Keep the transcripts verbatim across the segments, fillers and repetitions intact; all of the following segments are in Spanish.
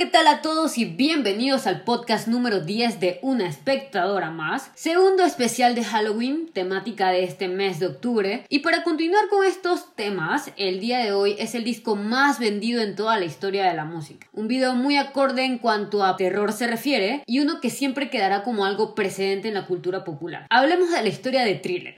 ¿qué tal a todos y bienvenidos al podcast número diez de Una Espectadora Más? Segundo especial de Halloween, temática de este mes de octubre. Y para continuar con estos temas, el día de hoy es el disco más vendido en toda la historia de la música. Un video muy acorde en cuanto a terror se refiere y uno que siempre quedará como algo precedente en la cultura popular. Hablemos de la historia de Thriller.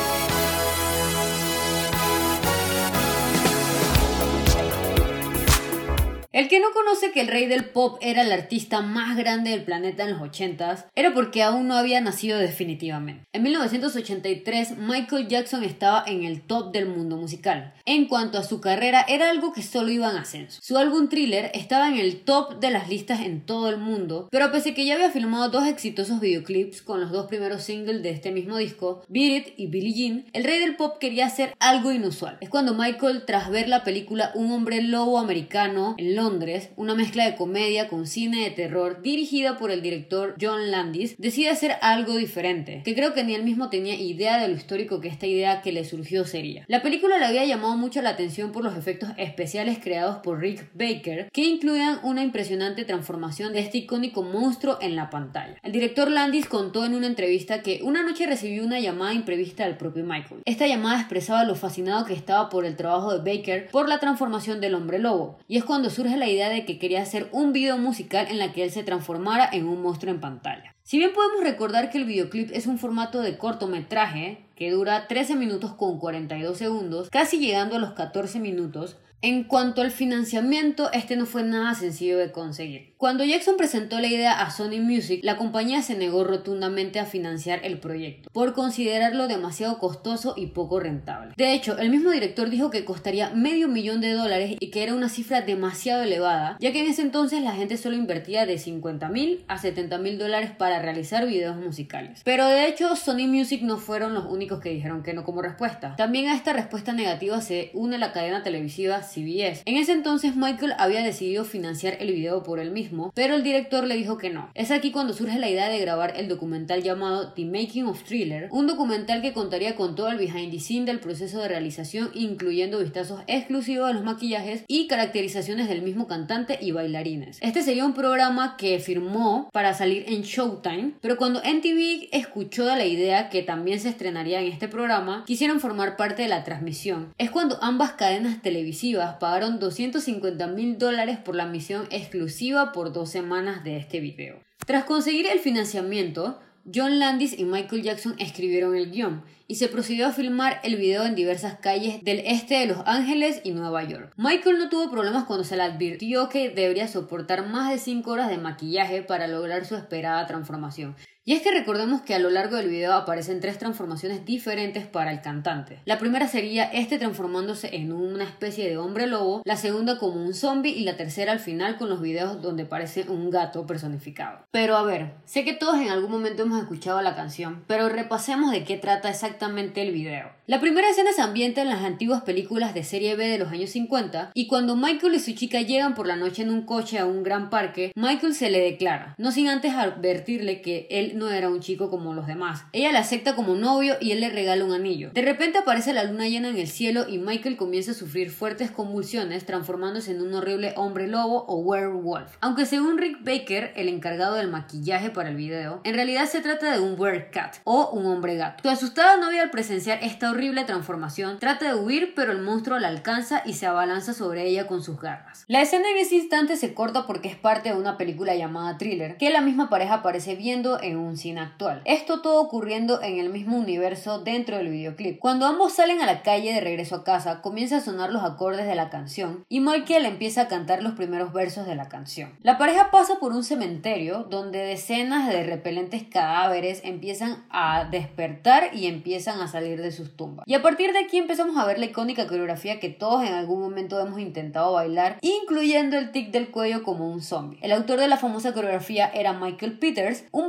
El que no conoce que el rey del pop era el artista más grande del planeta en los ochentas, era porque aún no había nacido definitivamente. En mil novecientos ochenta y tres, Michael Jackson estaba en el top del mundo musical. En cuanto a su carrera, era algo que solo iba en ascenso. Su álbum Thriller estaba en el top de las listas en todo el mundo, pero pese a que ya había filmado dos exitosos videoclips con los dos primeros singles de este mismo disco, Beat It y Billie Jean, el rey del pop quería hacer algo inusual. Es cuando Michael, tras ver la película Un hombre lobo americano en Londres, Londres, una mezcla de comedia con cine de terror dirigida por el director John Landis, decide hacer algo diferente, que creo que ni él mismo tenía idea de lo histórico que esta idea que le surgió sería. La película le había llamado mucho la atención por los efectos especiales creados por Rick Baker, que incluían una impresionante transformación de este icónico monstruo en la pantalla. El director Landis contó en una entrevista que una noche recibió una llamada imprevista del propio Michael. Esta llamada expresaba lo fascinado que estaba por el trabajo de Baker por la transformación del hombre lobo, y es cuando surge la idea de que quería hacer un video musical en la que él se transformara en un monstruo en pantalla. Si bien podemos recordar que el videoclip es un formato de cortometraje que dura trece minutos con cuarenta y dos segundos, casi llegando a los catorce minutos, en cuanto al financiamiento, este no fue nada sencillo de conseguir. Cuando Jackson presentó la idea a Sony Music, la compañía se negó rotundamente a financiar el proyecto, por considerarlo demasiado costoso y poco rentable. De hecho, el mismo director dijo que costaría medio millón de dólares y que era una cifra demasiado elevada, ya que en ese entonces la gente solo invertía de cincuenta mil a setenta mil dólares para realizar videos musicales. Pero de hecho, Sony Music no fueron los únicos que dijeron que no como respuesta. También a esta respuesta negativa se une la cadena televisiva C B S. En ese entonces Michael había decidido financiar el video por él mismo, pero el director le dijo que no. Es aquí cuando surge la idea de grabar el documental llamado The Making of Thriller, un documental que contaría con todo el behind the scene del proceso de realización, incluyendo vistazos exclusivos de los maquillajes y caracterizaciones del mismo cantante y bailarines. Este sería un programa que firmó para salir en Showtime, pero cuando M T V escuchó de la idea que también se estrenaría en este programa, quisieron formar parte de la transmisión. Es cuando ambas cadenas televisivas pagaron doscientos cincuenta mil dólares por la misión exclusiva por dos semanas de este video. Tras conseguir el financiamiento, John Landis y Michael Jackson escribieron el guión y se procedió a filmar el video en diversas calles del este de Los Ángeles y Nueva York. Michael no tuvo problemas cuando se le advirtió que debería soportar más de cinco horas de maquillaje para lograr su esperada transformación. Y es que recordemos que a lo largo del video aparecen tres transformaciones diferentes para el cantante. La primera sería este transformándose en una especie de hombre lobo, la segunda como un zombie y la tercera al final con los videos donde parece un gato personificado. Pero a ver, sé que todos en algún momento hemos escuchado la canción, pero repasemos de qué trata exactamente el video. La primera escena se ambienta en las antiguas películas de serie B de los años cincuenta y cuando Michael y su chica llegan por la noche en un coche a un gran parque, Michael se le declara, no sin antes advertirle que él no era un chico como los demás. Ella le acepta como novio y él le regala un anillo. De repente aparece la luna llena en el cielo y Michael comienza a sufrir fuertes convulsiones, transformándose en un horrible hombre lobo o werewolf. Aunque según Rick Baker, el encargado del maquillaje para el video, en realidad se trata de un werecat o un hombre gato. Su asustada novia al presenciar esta horrible transformación trata de huir, pero el monstruo la alcanza y se abalanza sobre ella con sus garras. La escena en ese instante se corta porque es parte de una película llamada Thriller, que la misma pareja aparece viendo en un cine actual. Esto todo ocurriendo en el mismo universo dentro del videoclip. Cuando ambos salen a la calle de regreso a casa, comienzan a sonar los acordes de la canción y Michael empieza a cantar los primeros versos de la canción. La pareja pasa por un cementerio donde decenas de repelentes cadáveres empiezan a despertar y empiezan a salir de sus tumbas. Y a partir de aquí empezamos a ver la icónica coreografía que todos en algún momento hemos intentado bailar, incluyendo el tic del cuello como un zombie. El autor de la famosa coreografía era Michael Peters, un bailarín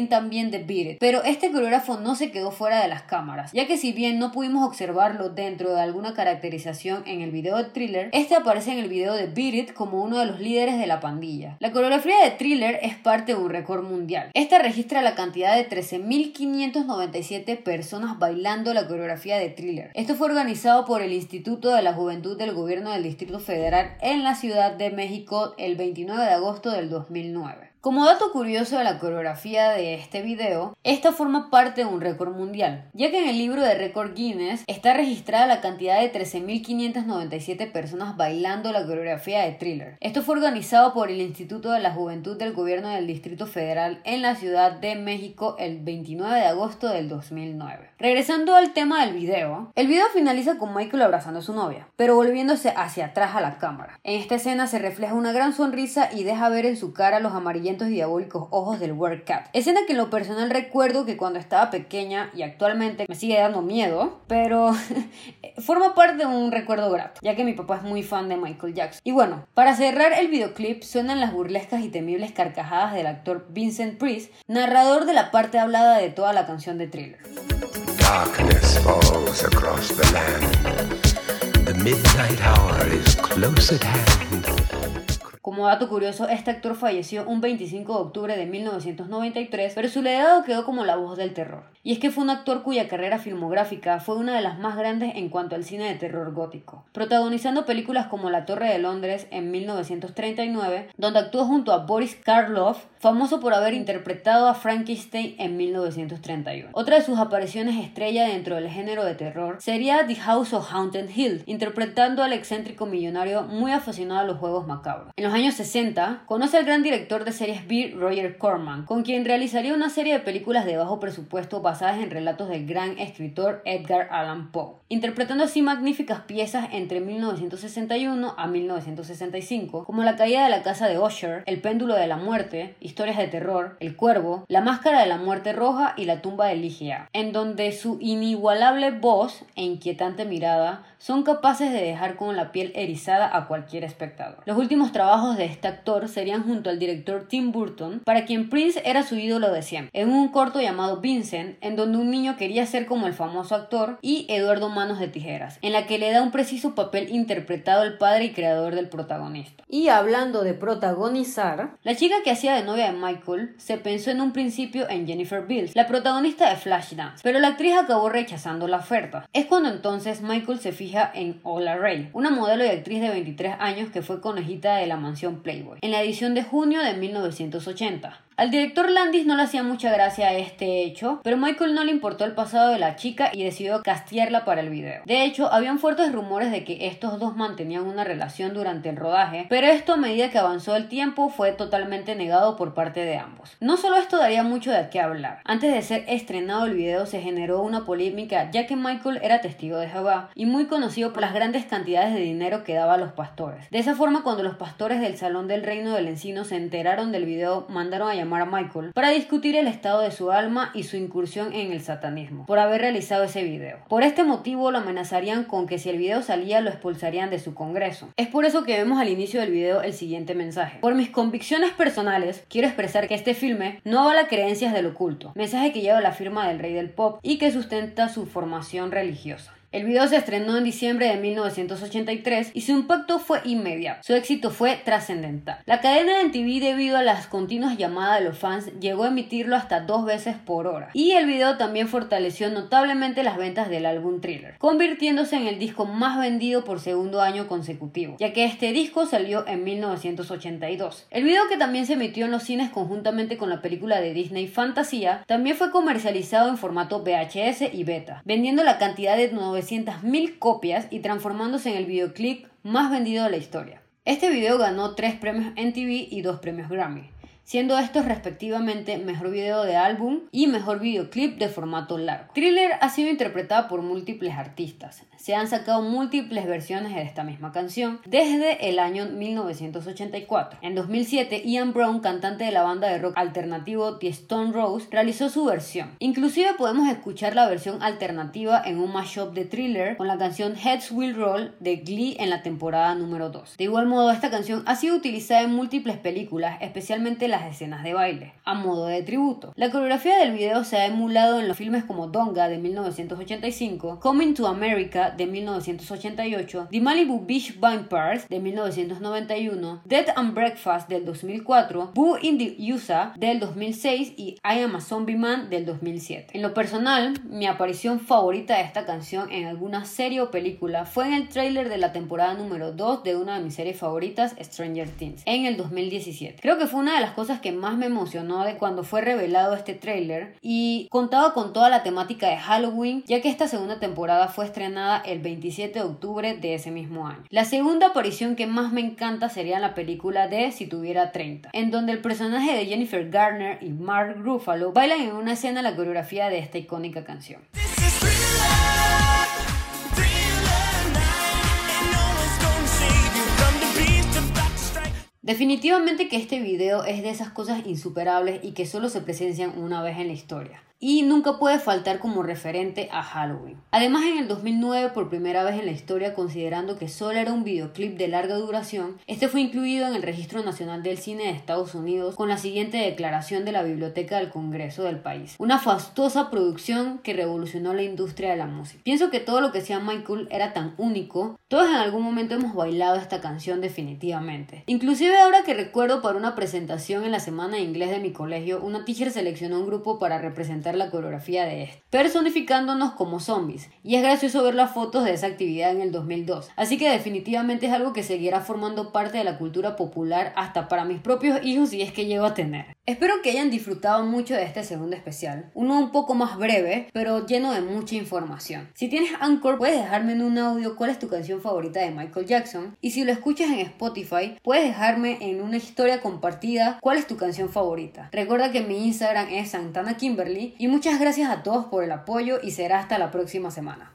bailarín también de Beat It, pero este coreógrafo no se quedó fuera de las cámaras, ya que si bien no pudimos observarlo dentro de alguna caracterización en el video de Thriller, este aparece en el video de Beat It como uno de los líderes de la pandilla. La coreografía de Thriller es parte de un récord mundial. Esta registra la cantidad de trece mil quinientas noventa y siete personas bailando la coreografía de Thriller. Esto fue organizado por el Instituto de la Juventud del Gobierno del Distrito Federal en la Ciudad de México el veintinueve de agosto del dos mil nueve. Como dato curioso de la coreografía de este video, esta forma parte de un récord mundial, ya que en el libro de récord Guinness está registrada la cantidad de trece mil quinientas noventa y siete personas bailando la coreografía de Thriller. Esto fue organizado por el Instituto de la Juventud del Gobierno del Distrito Federal en la Ciudad de México el veintinueve de agosto del dos mil nueve. Regresando al tema del video, el video finaliza con Michael abrazando a su novia, pero volviéndose hacia atrás a la cámara. En esta escena se refleja una gran sonrisa y deja ver en su cara los amarillentos y diabólicos ojos del Werewolf. Escena que en lo personal recuerdo que cuando estaba pequeña y actualmente me sigue dando miedo, pero forma parte de un recuerdo grato, ya que mi papá es muy fan de Michael Jackson. Y bueno, para cerrar el videoclip suenan las burlescas y temibles carcajadas del actor Vincent Price, narrador de la parte hablada de toda la canción de Thriller. Darkness falls across the land. The midnight hour is close at hand. Como dato curioso, este actor falleció un veinticinco de octubre de mil novecientos noventa y tres, pero su legado quedó como la voz del terror. Y es que fue un actor cuya carrera filmográfica fue una de las más grandes en cuanto al cine de terror gótico, protagonizando películas como La Torre de Londres en mil novecientos treinta y nueve, donde actuó junto a Boris Karloff, famoso por haber interpretado a Frankenstein en mil novecientos treinta y uno. Otra de sus apariciones estrella dentro del género de terror sería The House of Haunted Hill, interpretando al excéntrico millonario muy aficionado a los juegos macabros. En los años sesenta, conoce al gran director de series B, Roger Corman, con quien realizaría una serie de películas de bajo presupuesto basadas en relatos del gran escritor Edgar Allan Poe, interpretando así magníficas piezas entre mil novecientos sesenta y uno a mil novecientos sesenta y cinco, como La caída de la casa de Usher, El péndulo de la muerte, Historias de terror, El cuervo, La máscara de la muerte roja y La tumba de Ligia, en donde su inigualable voz e inquietante mirada son capaces de dejar con la piel erizada a cualquier espectador. Los últimos trabajos de este actor serían junto al director Tim Burton, para quien Prince era su ídolo de siempre, en un corto llamado Vincent, en donde un niño quería ser como el famoso actor, y Eduardo Manos de Tijeras, en la que le da un preciso papel interpretado el padre y creador del protagonista. Y hablando de protagonizar, la chica que hacía de novia de Michael se pensó en un principio en Jennifer Beals, la protagonista de Flashdance, pero la actriz acabó rechazando la oferta. Es cuando entonces Michael se fija en Ola Ray, una modelo y actriz de veintitrés años que fue conejita de la mansión Playboy, en la edición de junio de mil novecientos ochenta. Al director Landis no le hacía mucha gracia este hecho, pero Michael no le importó el pasado de la chica y decidió castearla para el video. De hecho, habían fuertes rumores de que estos dos mantenían una relación durante el rodaje, pero esto a medida que avanzó el tiempo fue totalmente negado por parte de ambos. No solo esto daría mucho de qué hablar. Antes de ser estrenado el video se generó una polémica, ya que Michael era testigo de Jehová y muy conocido por las grandes cantidades de dinero que daba a los pastores. De esa forma, cuando los pastores del Salón del Reino del Encino se enteraron del video, mandaron a llamar a Michael para discutir el estado de su alma y su incursión en el satanismo por haber realizado ese video. Por este motivo lo amenazarían con que si el video salía lo expulsarían de su congreso. Es por eso que vemos al inicio del video el siguiente mensaje: por mis convicciones personales quiero expresar que este filme no avala creencias del oculto, mensaje que lleva la firma del rey del pop y que sustenta su formación religiosa. El video se estrenó en diciembre de mil novecientos ochenta y tres y su impacto fue inmediato. Su éxito fue trascendental. La cadena de M T V, debido a las continuas llamadas de los fans, llegó a emitirlo hasta dos veces por hora. Y el video también fortaleció notablemente las ventas del álbum Thriller, convirtiéndose en el disco más vendido por segundo año consecutivo, ya que este disco salió en mil novecientos ochenta y dos. El video, que también se emitió en los cines conjuntamente con la película de Disney Fantasía, también fue comercializado en formato V H S y beta, vendiendo la cantidad de novecientas mil copias y transformándose en el videoclip más vendido de la historia. Este video ganó tres premios M T V y dos premios Grammy, siendo estos respectivamente Mejor Video de Álbum y Mejor Videoclip de formato largo. Thriller ha sido interpretada por múltiples artistas. Se han sacado múltiples versiones de esta misma canción desde el año mil novecientos ochenta y cuatro. En dos mil siete, Ian Brown, cantante de la banda de rock alternativo The Stone Roses, realizó su versión. Inclusive podemos escuchar la versión alternativa en un mashup de Thriller con la canción Heads Will Roll de Glee en la temporada número dos. De igual modo, esta canción ha sido utilizada en múltiples películas, especialmente la las escenas de baile, a modo de tributo. La coreografía del video se ha emulado en los filmes como Donga de mil novecientos ochenta y cinco, Coming to America de mil novecientos ochenta y ocho, The Malibu Beach Vampires de mil novecientos noventa y uno, Death and Breakfast del dos mil cuatro, Boo in the U S A del dos mil seis y I Am a Zombie Man del dos mil siete. En lo personal, mi aparición favorita de esta canción en alguna serie o película fue en el tráiler de la temporada número dos de una de mis series favoritas, Stranger Things, en el dos mil diecisiete. Creo que fue una de las cosas que más me emocionó de cuando fue revelado este tráiler y contaba con toda la temática de Halloween, ya que esta segunda temporada fue estrenada el veintisiete de octubre de ese mismo año. La segunda aparición que más me encanta sería en la película de Si tuviera treinta, en donde el personaje de Jennifer Garner y Mark Ruffalo bailan en una escena la coreografía de esta icónica canción. Definitivamente que este video es de esas cosas insuperables y que solo se presencian una vez en la historia. Y nunca puede faltar como referente a Halloween. Además, en el dos mil nueve, por primera vez en la historia, considerando que solo era un videoclip de larga duración, este fue incluido en el Registro Nacional del Cine de Estados Unidos con la siguiente declaración de la Biblioteca del Congreso del país. Una fastuosa producción que revolucionó la industria de la música. Pienso que todo lo que hacía Michael era tan único. Todos en algún momento hemos bailado esta canción definitivamente. Inclusive ahora que recuerdo, para una presentación en la semana de inglés de mi colegio, una teacher seleccionó un grupo para representar la coreografía de este, personificándonos como zombies, y es gracioso ver las fotos de esa actividad en el dos mil dos, así que definitivamente es algo que seguirá formando parte de la cultura popular hasta para mis propios hijos si es que llego a tener. Espero que hayan disfrutado mucho de este segundo especial, uno un poco más breve, pero lleno de mucha información. Si tienes Anchor, puedes dejarme en un audio cuál es tu canción favorita de Michael Jackson, y si lo escuchas en Spotify, puedes dejarme en una historia compartida cuál es tu canción favorita. Recuerda que mi Instagram es Santana Kimberly, y muchas gracias a todos por el apoyo y será hasta la próxima semana.